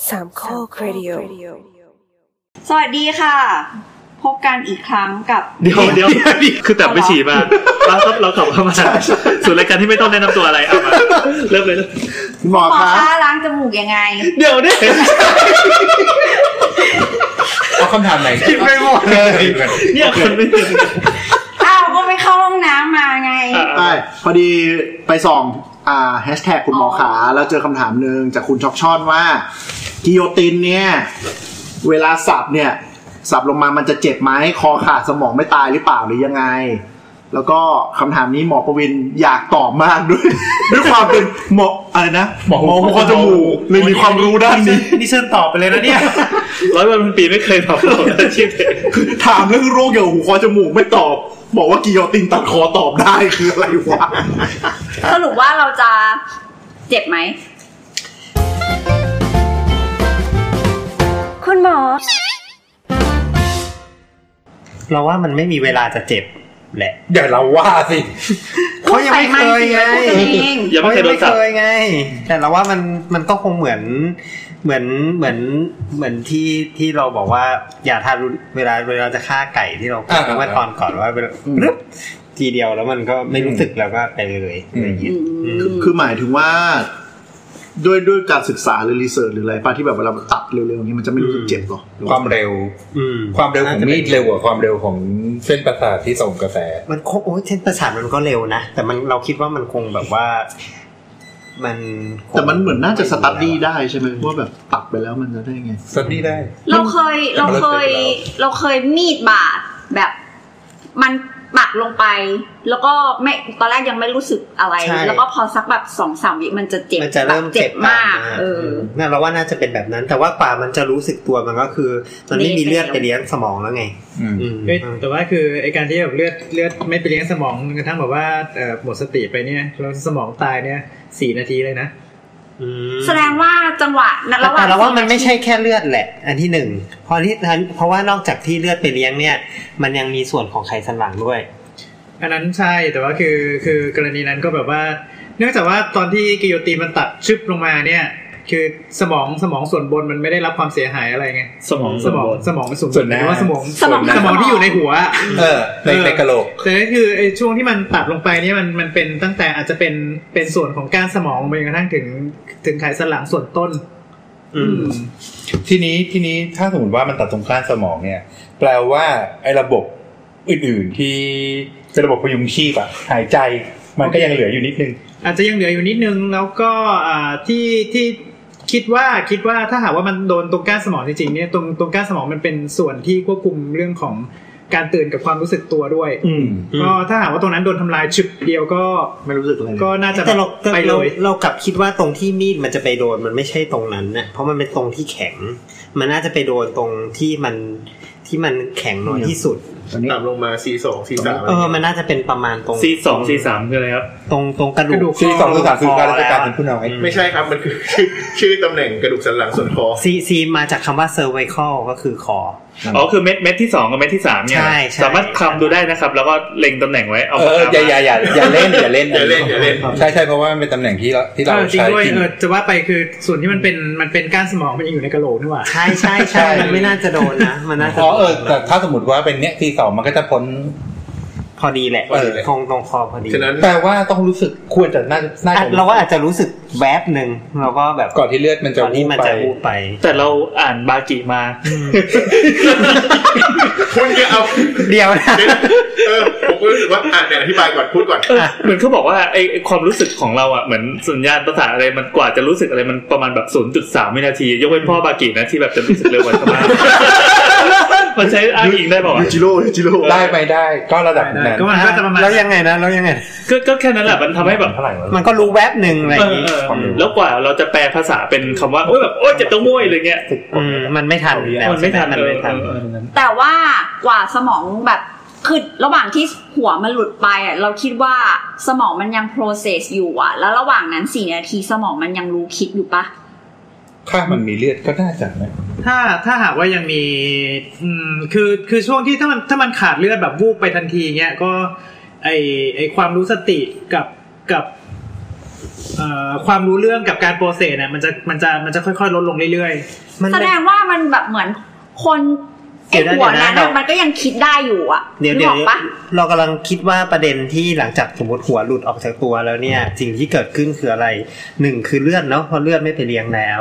สามข้อครดิโอสวัสดีค่ะพบกันอีกครั้งกับเดี๋ยวคือแต่ไปฉี่มาเราขับเข้ามาสู่รายการที่ไม่ต้องแนะนำตัวอะไรเอามาเริ่มเลยหมอคะล้างจมูกยังไงเดี๋ยวดิเอาคำถามไหนคิดไม่หมดเลยเนี่ยคนไม่ตื่นก็ไปเข้าห้องน้ำมาไงใช่พอดีไปส่องแฮชแท็กคุณหมอขาแล้วเจอคำถามนึงจากคุณช็อกช่อนว่ากิโยตินเนี่ยเวลาสับเนี่ยสับลงมามันจะเจ็บไหมคอขาดสมองไม่ตายหรือเปล่าหรือยังไงแล้วก็คำถามนี้หมอประวินอยากตอบมากด้วยความเป็นหมออะไรนะหมอหูคอจมูกเลยมีความรู้ด้านนี้นี่เชิญตอบไปเลยนะเนี่ย100 วันพันปีไม่เคยตอบอาชีพเองถามเรื่องโรคเกี่ยวกับหูคอจมูกไม่ตอบบอกว่ากิโยตินตัดคอตอบได้คืออะไรวะสรุปว่าเราจะเจ็บไหมคุณหมอเราว่ามันไม่มีเวลาจะเจ็บแหละอย่าเราว่าสิเขายังไม่เคยไงยังไม่เคยไงแต่เราว่ามันก็คงเหมือนที่เราบอกว่าอย่าทานเวลาจะฆ่าไก่ที่เราพูดเมื่อตอนก่อนว่าทีเดียวแล้วมันก็ไม่รู้สึกแล้วก็ไปเลยอะไรอย่างเงี้ยคือหมายถึงว่าด้วยการศึกษาหรือรีเสิร์ชหรืออะไรป่ะที่แบบเวลาตัดเร็วๆอย่างนี้มันจะไม่รู้สึกเจ็บหรอความเร็วของมีดเร็วกว่าความเร็วของเส้นประสาทที่ส่งกระแสมันเส้นประสาทมันก็เร็วนะแต่มันเราคิดว่ามันคงแบบว่าแต่มันเหมือนน่าจะสตั๊ดดี้ได้ใช่ไหมว่าแบบตัดไปแล้วมันจะได้ไงสตั๊ดดี้ได้เราเคยมีดบาดแบบมันปักลงไปแล้วก็ไม่ตอนแรกยังไม่รู้สึกอะไรแล้วก็พอสักแบบ 2-3 วิมันจะเจ็บมันจะเริ่มเจ็บมากน่าเราว่าน่าจะเป็นแบบนั้นแต่ว่ากว่ามันจะรู้สึกตัวมันก็คือมันไม่มีเลือดไปเลี้ยงสมองแล้วไงแต่ว่าคือไอ้การที่แบบเลือดไม่ไปเลี้ยงสมองกระทั่งแบบว่าหมดสติไปเนี่ยแล้วสมองตายเนี่ย4 นาทีเลยนะแสดงว่าจังหวะระหว่างแต่เราว่ามันไม่ใช่แค่เลือดแหละอันที่1เพราะว่านอกจากที่เลือดไปเลี้ยงเนี่ยมันยังมีส่วนของไขสันหลังด้วยอันนั้นใช่แต่ว่าคือกรณีนั้นก็แบบว่าเนื่องจากว่าตอนที่กิโยตินมันตัดชึบลงมาเนี่ยคือสมองส่วนบนมันไม่ได้รับความเสียหายอะไรไงสมองมันสูงแต่ว่าสมองที่อยู่ในหัวในกะโหลกแต่ก็คือไอ้ช่วงที่มันตัดลงไปเนี่ยมันเป็นตั้งแต่อาจจะเป็นส่วนของก้านสมองไปจนกระทั่งถึงไขสันหลังส่วนต้นทีนี้ถ้าสมมติว่ามันตัดตรงก้านสมองเนี่ยแปลว่าไอ้ระบบอื่นๆที่เป็นระบบพยุงชีพอะหายใจมันก็ยังเหลืออยู่นิดนึงอาจจะยังเหลืออยู่นิดนึงแล้วก็ที่คิดว่าถ้าหากว่ามันโดนตรงก้านสมองจริงๆเนี่ยตรงก้านสมองมันเป็นส่วนที่ควบคุมเรื่องของการตื่นกับความรู้สึกตัวด้วยก็ถ้าหากว่าตรงนั้นโดนทำลายฉึบเดียวก็ไม่รู้สึกอะไรก็น่าจะไปเลยเรากลับคิดว่าตรงที่มีดมันจะไปโดนมันไม่ใช่ตรงนั้นนะเพราะมันเป็นตรงที่แข็งมันน่าจะไปโดนตรงที่มันแข็งน้อยที่สุดต่ำลงมา C2 C3 มันน่าจะเป็นประมาณตรง C2 C3 คืออะไรครับตรงกระดูก C2 C3 คือการราชการเป็นผู้น้อยไม่ใช่ครับมันคือชื่อตำแหน่งกระดูกสันหลังส่วนคอ C มาจากคำว่า cervical ก็คือคอคือเม็ดที่2กับเม็ดที่3เนี่ยสามารถคำดูได้นะครับแล้วก็เล็งตำแหน่งไว้เอาอย่าเล่นใช่เพราะว่ามันเป็นตำแหน่งที่เราใช้จริงด้วยจะว่าไปคือส่วนที่มันเป็นก้านสมองมันยังอยู่ในกะโหลกนี่หว่าใช่มันไม่น่าจะโดนนะมันน่าจะแต่ถ้าสมมุติว่าเป็นเนี้ยที่2มันก็จะพ้นพอดีแหละคงตรงคอพอดีฉะนั้นแปลว่าต้องรู้สึกควรจะน่าเราก็อาจจะรู้สึกแวบนึงเราก็แบบก่อนที่เลือดมันจะวูบไปแต่เราอ่านบากิมาคุณจะเอาเดียวนะผมก็รู้สึกว่าเนี่ยอธิบายก่อนพูดก่อนเหมือนเขาบอกว่าไอ้ความรู้สึกของเราอ่ะเหมือนสัญญาณประสาทอะไรมันกว่าจะรู้สึกอะไรมันประมาณแบบ 0.3 วินาทียกเว้นพ่อบากินะที่แบบจะรู้สึกเร็วกว่าชาวบ้านมันใช้อ้างอิงได้ป่าวจิโร่ได้ไปได้ก็ระดับนั้นก็มันก็จะประมาณแล้วยังไงก็แค่นั้นแหละมันทำให้แบบมันก็รู้แวบนึงอะไรอย่างงี้แล้วกว่าเราจะแปลภาษาเป็นคำว่าโอ๊ยแบบโอ๊ยเจ็บตรงม้วยอะไรเงี้ยมันไม่ทันมันไม่ทันแต่ว่ากว่าสมองแบบคือระหว่างที่หัวมันหลุดไปอ่ะเราคิดว่าสมองมันยัง process อยู่อ่ะแล้วระหว่างนั้น4 นาทีสมองมันยังรู้คิดอยู่ปะถ้ามันมีเลือดก็น่าจะนะถ้าหากว่ายังมีคือช่วงที่ถ้ามันขาดเลือดแบบวูบไปทันทีเงี้ยก็ไอความรู้สติกับความรู้เรื่องกับการโปรเซสเนี่ยมันจะค่อยๆลดลงเรื่อยๆแสดงว่ามันแบบเหมือนคนไอ้หัวนั้นมันก็ยังคิดได้อยู่อ่ะเดี๋ยวเรากำลังคิดว่าประเด็นที่หลังจากสมมติหัวหลุดออกจากตัวแล้วเนี่ยสิ่งที่เกิดขึ้นคืออะไร1คือเลือดเนาะเพราะเลือดไม่ไปเลี้ยงแล้ว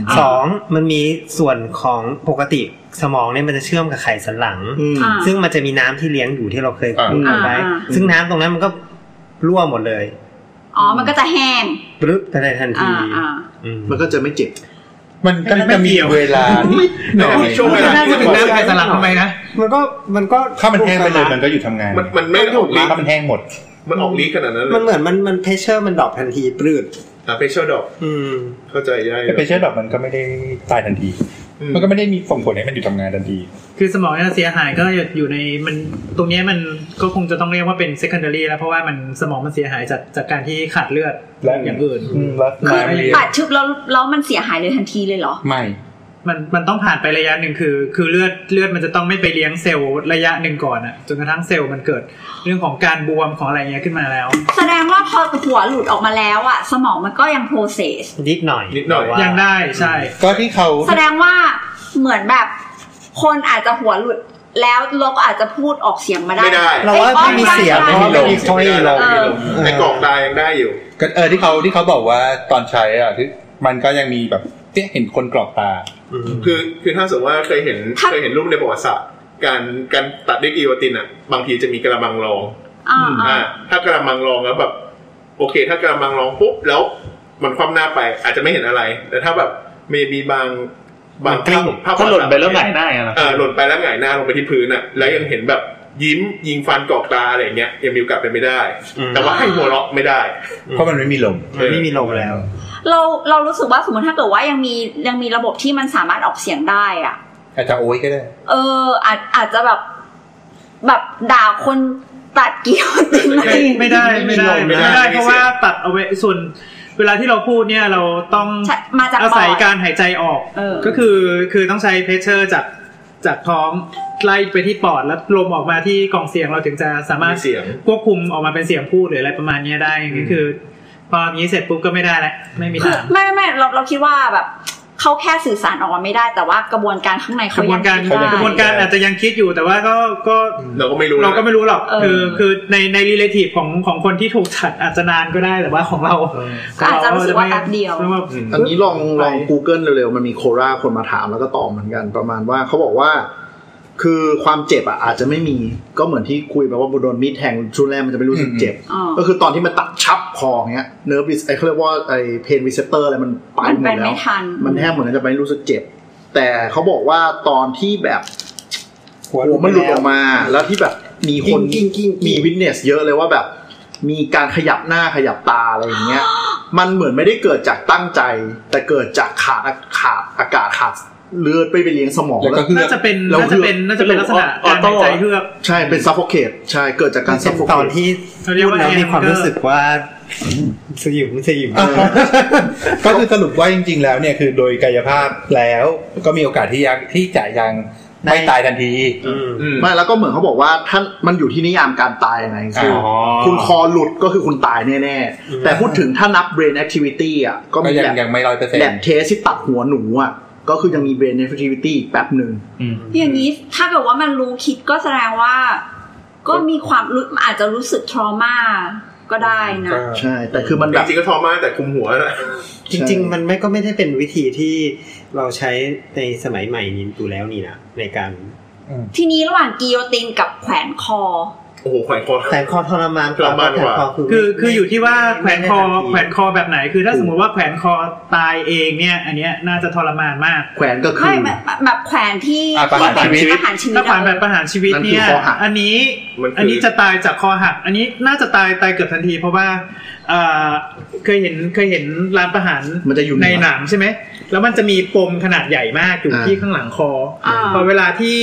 2มันมีส่วนของปกติสมองเนี่ยมันจะเชื่อมกับไขสันหลังซึ่งมันจะมีน้ำที่เลี้ยงอยู่ที่เราเคยพูดไว้ซึ่งน้ำตรงนั้นมันก็รั่วหมดเลยมันก็จะแห้งปรึ๊บไปได้ทันทีมันก็จะไม่เจ็บมันก็จะมีเวลาช่วงเวลาที่ถึงน้ำไขสันหลังทำไมนะมันก็ถ้ามันแห้งไปเลยมันก็อยู่ทำงานมันไม่ออกฤทธิ์ถ้ามันแห้งหมดมันออกฤทธิ์ขนาดนั้นเลยมันเหมือนมันเพชเชอร์มันดรอปทันทีปลื้ดเพชเชอร์ดรอปเข้าใจได้เพชเชอร์ดรอปมันก็ไม่ได้ตายทันทีมันก็ไม่ได้มีส่งผลให้มันอยู่ทำงานทันทีคือสมองเนี่ยเสียหายก็อยู่ในมันตรงนี้มันก็คงจะต้องเรียกว่าเป็น secondary แล้วเพราะว่ามันสมองมันเสียหายจากการที่ขาดเลือดอย่างอื่นตัดชึบแล้วมันเสียหายเลยทันทีเลยเหรอไม่มันต้องผ่านไประยะหนึ่งคือเลือดมันจะต้องไม่ไปเลี้ยงเซลล์ระยะหนึ่งก่อนอ่ะจนกระทั่งเซลล์มันเกิดเรื่องของการบวมของอะไรเงี้ยขึ้นมาแล้วแสดงว่าพอหัวหลุดออกมาแล้วอ่ะสมองมันก็ยัง process นิดหน่อยยังได้ใช่ก็ที่เขาแสดงว่าเหมือนแบบคนอาจจะหัวหลุดแล้วเราก็อาจจะพูดออกเสียงมาได้เราว่าไม่มีเสียงไม่มีลมแต่กรอกตายังได้อยู่ก็ที่เขาบอกว่าตอนใช้อ่ะที่มันก็ยังมีแบบเห็นคนกรอกตาคือถ้าสมมติว่าเคยเห็นรูปในประวัติศาสตร์การตัดด้วยกิโยตินอ่ะบางทีจะมีกระมังรองถ้ากระมังรองแล้วแบบโอเคถ้ากระมังรองปุ๊บแล้วมันคว่ำหน้าไปอาจจะไม่เห็นอะไรแต่ถ้าแบบมีบางภาพหล่นไปแล้วหงายหน้าหล่นไปแล้วหงายหน้าลงไปที่พื้นอ่ะแล้วยังเห็นแบบยิ้มยิงฟันกรอกตาอะไรอย่างเงี้ยยังมีโอกาสเป็นไม่ได้แต่ว่าให้หัวเราะไม่ได้เพราะมันไม่มีลมแล้วเรารู้สึกว่าสมมติถ้าเกิดว่ายังมีระบบที่มันสามารถออกเสียงได้อ่ะอาจจะโอ้ยก็ได้อาจจะแบบด่าคนตัดเกี่ยวไม่ได้เพราะว่าตัดเอาไว้ส่วนเวลาที่เราพูดเนี่ยเราต้องอาศัยการหายใจออกก็คือต้องใช้เพชเชอร์จากท้องไล่ไปที่ปอดแล้วลมออกมาที่กล่องเสียงเราถึงจะสามารถควบคุมออกมาเป็นเสียงพูดหรืออะไรประมาณนี้ได้ก็คือพอนี้เสร็จปุ๊บก็ไม่ได้แล้วไม่มีทางไม่เราคิดว่าแบบเขาแค่สื่อสารออกมาไม่ได้แต่ว่ากระบวนการข้างในเขายังกระบวนการอาจจะยังคิดอยู่แต่ว่าก็เราก็ไม่รู้หรอกคือใน relative ของคนที่ถูกตัดอาจจะนานก็ได้แต่ว่าของเราอาจจะรู้สึกว่าแป๊บเดียวอันนี้ลอง Google เร็วๆมันมีโคราคนมาถามแล้วก็ตอบเหมือนกันประมาณว่าเขาบอกว่าคือความเจ็บอาจจะไม่มีก็เหมือนที่คุยไปว่าโดนมีดแทงช่วงแรกมันจะไม่รู้สึกเจ็บก็คือตอนที่มันตัดชับคอเงี้ยเนิร์ฟเขาเรียกว่าไอ้เพนรีเซปเตอร์อะไรมันไปหมดแล้วมันแทบเหมือนจะไม่รู้สึกเจ็บแต่เขาบอกว่าตอนที่แบบหัวมันหลุดออกมาแล้วที่แบบมีคนมีวิทเนสเยอะเลยว่าแบบมีการขยับหน้าขยับตาอะไรอย่างเงี้ยมันเหมือนไม่ได้เกิดจากตั้งใจแต่เกิดจากขาดอากาศขาดเลือดไปเลี้ยงสมองแล้วน่าจะเป็นลักษณะการหายใจเฮือกใช่เป็นซัฟโฟเคตใช่เกิดจากการซัฟโฟเคตตอนที่เรียกว่ามีความรู้สึกว่าสยิมก็คือสรุปว่าจริงๆแล้วเนี่ยคือโดยกายภาพแล้วก็มีโอกาสที่จะยังไม่ตายทันทีไม่แล้วก็เหมือนเขาบอกว่าท่านมันอยู่ที่นิยามการตายยังไงคือคุณคอหลุดก็คือคุณตายแน่ๆแต่พูดถึงถ้านับ brain activity อ่ะก็มียังไม่ 100% แลบเทสที่ตัดหัวหนูอ่ะก็คือยังมี brain activity แป๊บนึงอย่างนี้ถ้าเกิดว่ามันรู้คิดก็แสดงว่าก็มีความอาจจะรู้สึก trauma ก็ได้นะใช่แต่คือมันจริงๆก็ trauma แต่คุมหัวนะจริงๆมันไม่ได้เป็นวิธีที่เราใช้ในสมัยใหม่นี้อยู่แล้วนี่นะในการทีนี้ระหว่างกิโยตินกับแขวนคอโอ้โหแขวนคอทรมานกว่าคืออยู่ที่ว่าแขวนคอแบบไหนคือถ้าสมมติว่าแขวนคอตายเองเนี่ยอันเนี้ยน่าจะทรมานมากแขวนก็คือแบบแขวนที่ประหารชีวิตถ้าแขวนแบบประหารชีวิตเนี่ยอันนี้จะตายจากคอหักอันนี้น่าจะตายเกือบทันทีเพราะว่าเคยเห็นร้านประหารในหนังใช่ไหมแล้วมันจะมีปมขนาดใหญ่มากอยู่ที่ข้างหลังคอพอเวลาที่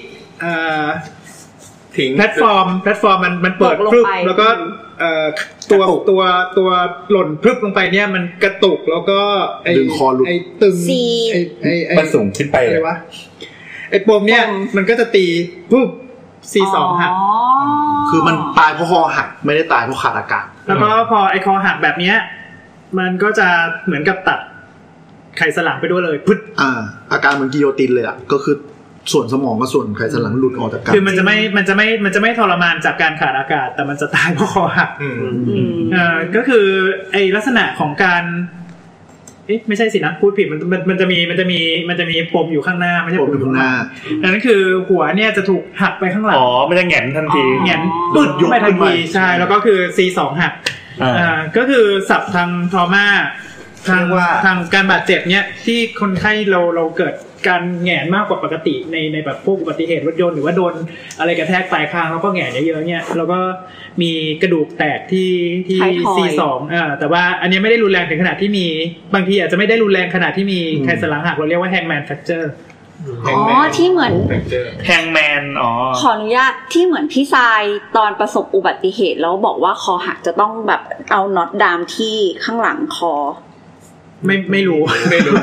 แพลตฟอร์มมันเปิดพรึบแล้วก็ตัวหล่นพรึบลงไปเนี่ยมันกระตุกแล้วก็ไอ้ตึงมันสูงขึ้นไปเลยวะไอ้ปมเนี่ยมันก็จะตีปุ๊บ C2 หักคือมันตายเพราะคอหักไม่ได้ตายเพราะขาดอากาศแล้วก็พอไอ้คอหักแบบเนี้ยมันก็จะเหมือนกับตัดไขสันหลังไปด้วยเลยพึดอาการเหมือนกิโยตินเลยอ่ะก็คือส่วนสมองกับส่วนไขสันหลังหลุดออกจากกันคือมันจะไม่ทรมานจากการขาดอากาศแต่มันจะตายเพราะคอหักก็คือไอลักษณะของการไม่ใช่สินะพูดผิดมันจะมีปมอยู่ข้างหน้าไม่ใช่ปมอยู่ข้างหน้าดังนั้นคือหัวเนี่ยจะถูกหักไปข้างหลังมันจะแหงนทันทีแหงนปึ๊ดยุบไปทันทีใช่แล้วก็คือ C2 หักก็คือศัพท์ทางทรมาทางการบาดเจ็บเนี่ยที่คนไข้เราเกิดการแหงนมากกว่าปกติในแบบพวกอุบัติเหตุรถยนต์หรือว่าโดนอะไรกระแทกปลายคางแล้วก็แหงนเยอะๆเนี่ยแล้วก็มีกระดูกแตกที่ C2 แต่ว่าอันนี้ไม่ได้รุนแรงถึงขนาดที่มีบางทีอาจจะไม่ได้รุนแรงขนาดที่มีไขสันหลังหักเราเรียกว่า hangman fracture ที่เหมือนแฮงแมนขออนุญาตที่เหมือนพี่ทรายตอนประสบอุบัติเหตุแล้วบอกว่าคอหักจะต้องแบบเอาน็อตดามที่ข้างหลังคอไม่รู้ไม่รู้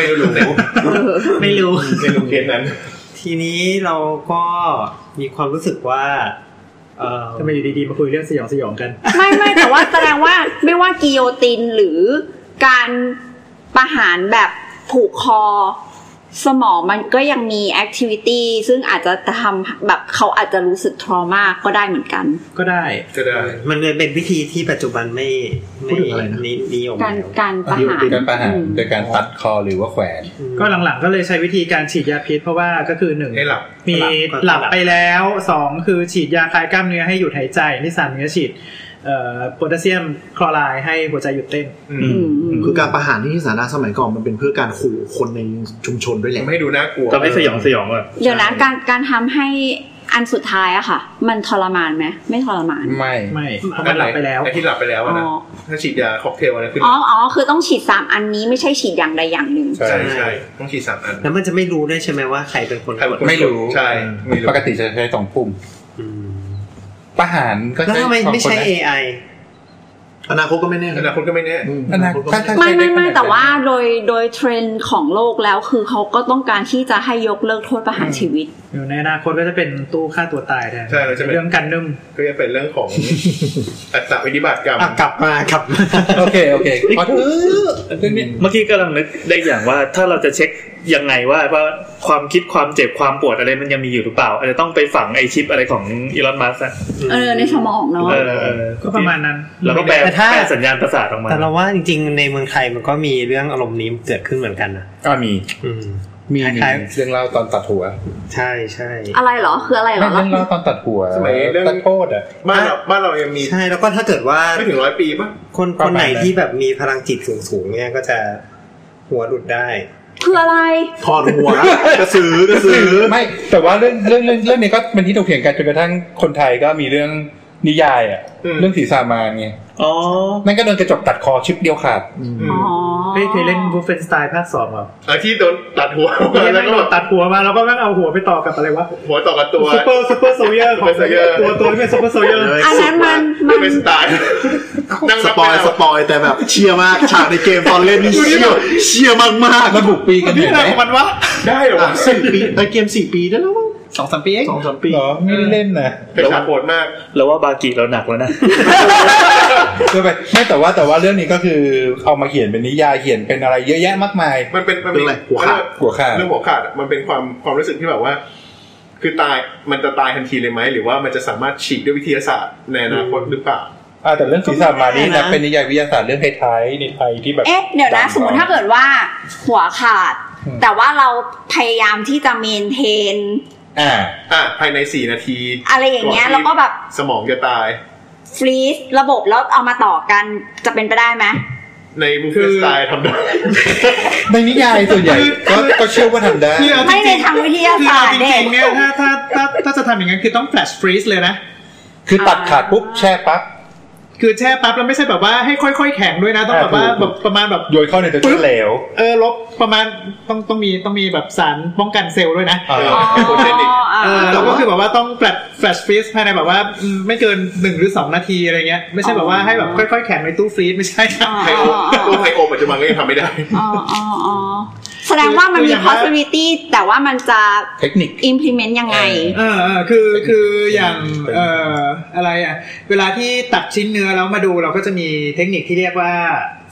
เคสนั้นทีนี้เราก็มีความรู้สึกว่าทำไมอยู่ดีๆมาคุยเรื่องสยองกันไม่แต่ว่าแสดงว่าไม่ว่ากิโยตินหรือการประหารแบบผูกคอสมองมันก็ยังมีแอคทิวิตี้ซึ่งอาจจะทำแบบเขาอาจจะรู้สึกทรมาก็ได้เหมือนกันก็ได้มันเป็นวิธีที่ปัจจุบันไม่นิยมการประหารโดยการตัดคอหรือว่าแขวนก็หลังๆก็เลยใช้วิธีการฉีดยาพิษเพราะว่าก็คือ1มีหลับไปแล้ว2คือฉีดยาคลายกล้ามเนื้อให้หยุดหายใจที่3คือฉีดโพแทสเซียมคลอไรด์ให้หัวใจหยุดเต้นคือการประหารที่สาธารณะสมัยก่อนมันเป็นเพื่อการขู่คนในชุมชนด้วยแหละไม่ดูน่ากลัวจะไม่สยองอ่ะเดี๋ยวนะการทำให้อันสุดท้ายอะค่ะมันทรมานไหมไม่ทรมานไม่เพราะมันหลับไปแล้วไอ้ที่หลับไปแล้วนะถ้าฉีดยาค็อกเทลอะไรขึ้นคือต้องฉีด3อันนี้ไม่ใช่ฉีดอย่างใดอย่างหนึ่งใช่ต้องฉีด3อันแล้วมันจะไม่รู้ได้ใช่ไหมว่าใครเป็นคนไม่รู้ใช่ปกติจะใช้2ปุ่มประหารก็ใช้ไม่ใช่ AI อนาคตก็ไม่แน่ไม่แต่ว่าโดยเทรนด์ของโลกแล้วคือเขาก็ต้องการที่จะให้ยกเลิกโทษประหารชีวิตในอนาคตก็จะเป็นตู้ฆ่าตัวตายแทนใช่เราจะเรื่องกันนึ่มก็จะเป็นเรื่องของอัตวินิบาตกรรมกลับมาโอเคขอโทษเมื่อกี้กำลังนึกได้อย่างว่าถ้าเราจะเช็คยังไงว่าความคิดความเจ็บความปวดอะไรมันยังมีอยู่หรือเปล่าอาจจะต้องไปฝังไอชิปอะไรของอีลอนมัสก์ในสมองเนาะก็ประมาณนั้นแล้วก็แปลสัญญาณประสาทออกมาแต่เราว่าจริงๆในเมืองไทยมันก็มีเรื่องอารมณ์นี้เกิดขึ้นเหมือนกันนะก็มีเรื่องเล่าตอนตัดหัวใช่อะไรเหรอคืออะไรเหรอเรื่องเล่าตอนตัดหัวสมัยเรื่องโทษอ่ะบ้านเรายังมีใช่แล้วก็ถ้าเกิดว่าไม่ถึง100 ปีป่ะคนไหนที่แบบมีพลังจิตสูงๆเนี่ยก็จะหัวหลุดได้คืออะไรถอดหัวกระสือไม่แต่ว่าเรื่องนี้ก็เป็นที่ถกเถียงกันจนกระทั่งคนไทยก็มีเรื่องนิยายอ่ะเรื่องผีสามานไงนั่นก็โดนกระจกตัดคอชิปเดียวขาดเคยเล่นวูฟเฟนสไตน์ภาค 2 เหรอที่โดนตัดหัวแล้วก็ตัดหัวมาแล้วก็แม่งเอาหัวไปต่อกับอะไรวะหัวต่อกับตัวซุปเปอร์โซลเยอร์ของตัวที่เป็นซุปเปอร์โซลเยอร์อันนั้นมันเป็นสไตล์นั่งสปอยแต่แบบเชียร์มากฉากในเกมตอนเล่นนี่เชียร์มากระบุปีกันได้ไหมมันวะได้เหรอ 4 ปีเกม4 ปีได้แล้ว 2-3 ปีเอง 2-3 ปีเหรอไม่ได้เล่นนะเป็นฉากโหดมากแล้วว่าบากิเราหนักแล้วนะไม่แต่ว่าเรื่องนี้ก็คือเอามาเขียนเป็นนิยายเขียนเป็นอะไรเยอะแยะมากมายมันเป็นอะไรหัวขาดเรื่องหัวขาดมันเป็นความรู้สึกที่แบบว่าคือตายมันจะตายทันทีเลยไหมหรือว่ามันจะสามารถฉีกด้วยวิทยาศาสตร์ในอนาคตหรือเปล่าแต่เรื่องศีรษะมานี่นะเป็นนิยายวิทยาศาสตร์เรื่องท้ายๆในไทยที่แบบเดี๋ยวนะสมมติถ้าเกิดว่าหัวขาดแต่ว่าเราพยายามที่จะเมนเทนภายใน4 นาทีอะไรอย่างเงี้ยแล้วก็แบบสมองจะตายฟรีซระบบแล้วเอามาต่อกันจะเป็นไปได้ไหมในบูฟเฟ่สไตล์ทำได้ในนิยายส่วนใหญ่ก็เชื่อว่าทำได้ไม่ในทางวิทยาศาสตร์เนี่ยถ้าจะทำอย่างนั้นคือต้องแฟลชฟรีซเลยนะคือตัดขาดปุ๊บแช่ปั๊บคือแช่ปั๊บแล้วไม่ใช่แบบว่าให้ค่อยๆแข็งด้วยนะต้องแบบว่าแบบประมาณแบบโยนเข้าในตัวเหลวลบประมาณต้องมีแบบสารป้องกันเซลล์ด้วยนะแล้วก็คือแบบว่าต้องแฟลชฟรีซภายในแบบว่าไม่เกิน1 หรือ 2 นาทีอะไรเงี้ยไม่ใช่แบบว่าให้แบบค่อยๆแข็งในตู้ฟรีซไม่ใช่ไคโอปัจจุบันก็ยังทำไม่ได้แสดงว่ามันมี possibility แต่ว่ามันจะเทคนิค implement ยังไงคืออย่างอะไรอ่ะเวลาที่ตัดชิ้นเนื้อแล้วมาดูเราก็จะมีเทคนิคที่เรียกว่า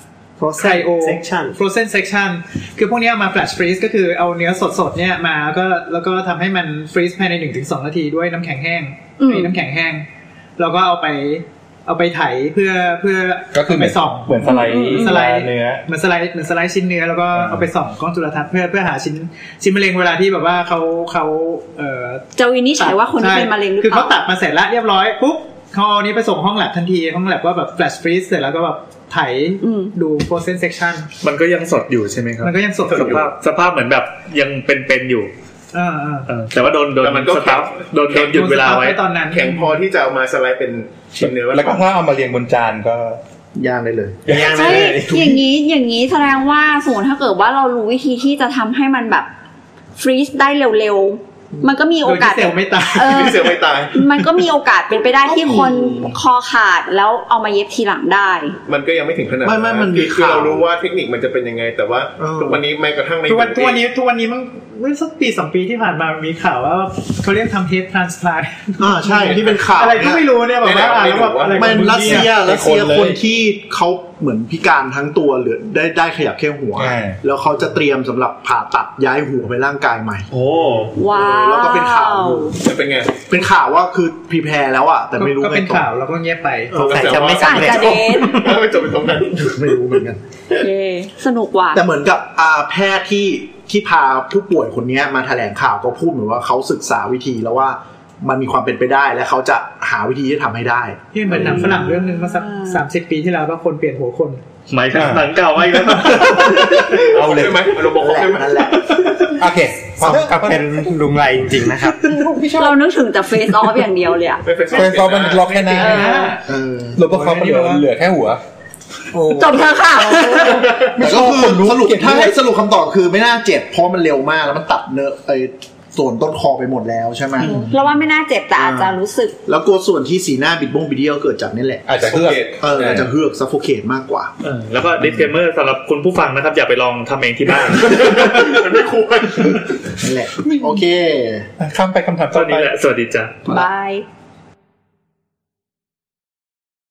cryo frozen section คือพวกนี้เอามา flash freeze ก็คือเอาเนื้อสดๆเนี่ยมาแล้วก็ทำให้มัน freeze ภายใน 1-2 นาทีด้วยน้ำแข็งแห้งน้ำแข็งแห้งแล้วก็เอาไปไถเพื่อก็คือไปส่องเหมือนสไลด์เนื้อเหมือนสไลด์ชิ้นเนื้อแล้วก็เอาไปส่องกล้องจุลทรรศน์เพื่อหาชิ้นมะเร็งเวลาที่แบบว่าเขาจะวินิจฉัยว่าคนที่เป็นมะเร็งหรือเปล่าคือเขาตัดมาเสร็จแล้วเรียบร้อยปุ๊บเขาเอานี้ไปส่งห้องแลบทันทีห้องแลบก็แบบ flash freeze เสร็จแล้วก็แบบไถดู frozen section มันก็ยังสดอยู่ใช่ไหมครับมันก็ยังสดอยู่สภาพเหมือนแบบยังเป็นอยู่แต่ว่าโดนมันก็โดนหยุดเวลาไว้ตอนนั้นแข็งพอที่จะเอามาสไลด์เป็นชิ้นเนื้อแล้วก็ถ้าเอามาเรียงบนจานก็ย่างได้เลยใช่อย่างนี้แสดงว่าสมมติถ้าเกิดว่าเรารู้วิธีที่จะทำให้มันแบบฟรีซได้เร็วๆมันก็มีโอกาสเซลล์ไม่ตายเซลล์ไม่ตายมันก็มีโอกาสเป็นไปได้ที่คนคอขาดแล้วเอามาเย็บทีหลังได้มันก็ยังไม่ถึงขนาดไม่มันคือเรารู้ว่าเทคนิคมันจะเป็นยังไงแต่ว่าทุกวันนี้แม้กระทั่งในทุกวันนี้มันเมื่อสักปี2ปีที่ผ่านมามีข่าวว่าเขาเรียกทำ head transplant ใช่ที่เป็นข่าวอะไรก็ไม่รู้เนี่ยแบบว่าแล้วแบบอะไรมันรัสเซียคนที่เขาเหมือนพิการทั้งตัวเหลือได้ขยับแค่หัวแล้วเขาจะเตรียมสำหรับผ่าตัดย้ายหัวไปร่างกายใหม่โอ้ว้าวแล้วก็เป็นข่าวเป็นไงเป็นข่าวว่าคือพรีแพร์แล้วอ่ะแต่ไม่รู้ก็เป็นข่าวแล้วก็เงียบไปแต่จะไม่สำเร็จไม่จบไปตรงนั้นไม่รู้เหมือนกันสนุกว่ะแต่เหมือนกับแพทย์ที่พาผู้ป่วยคนนี้มาแถลงข่าวก็พูดเหมือนว่าเขาศึกษาวิธีแล้วว่ามันมีความเป็นไปได้และเขาจะหาวิธีที่ทำให้ได้ที่เหมือนหนังฝรั่งเรื่องนึงมาสัก30 ปีที่แล้วว่าคนเปลี่ยนหัวคนหมายถึงหนังเก่าไว้แล้วเอาเลยไหมเราบอกเขานั่นแหละโอเคก็เป็นลุงไรจริงๆนะครับเรานึกถึงแต่ face off อย่างเดียวเลยอะ face off มันล็อกแค่นั้นเราก็เขาเหลือแค่หัวจบเถอะค่ะแต่ก็คือสรุปถ้าให้สรุปคำตอบคือไม่น่าเจ็บเพราะมันเร็วมากแล้วมันตัดเนื้อส่วนต้นคอไปหมดแล้วใช่ไหมเราว่าไม่น่าเจ็บแต่อาจจะรู้สึกแล้วกลัวส่วนที่สีหน้าบิดเบี้ยวเกิดจากนี่แหละอาจจะเฮือกอาจจะเฮือกซัฟโฟเคทมากกว่าแล้วก็ disclaimer สำหรับคุณผู้ฟังนะครับอย่าไปลองทำเองที่บ้านมันไม่ควรนั่นแหละโอเคข้ามไปคำถามตอนนี้แหละสวัสดีจ้ะบาย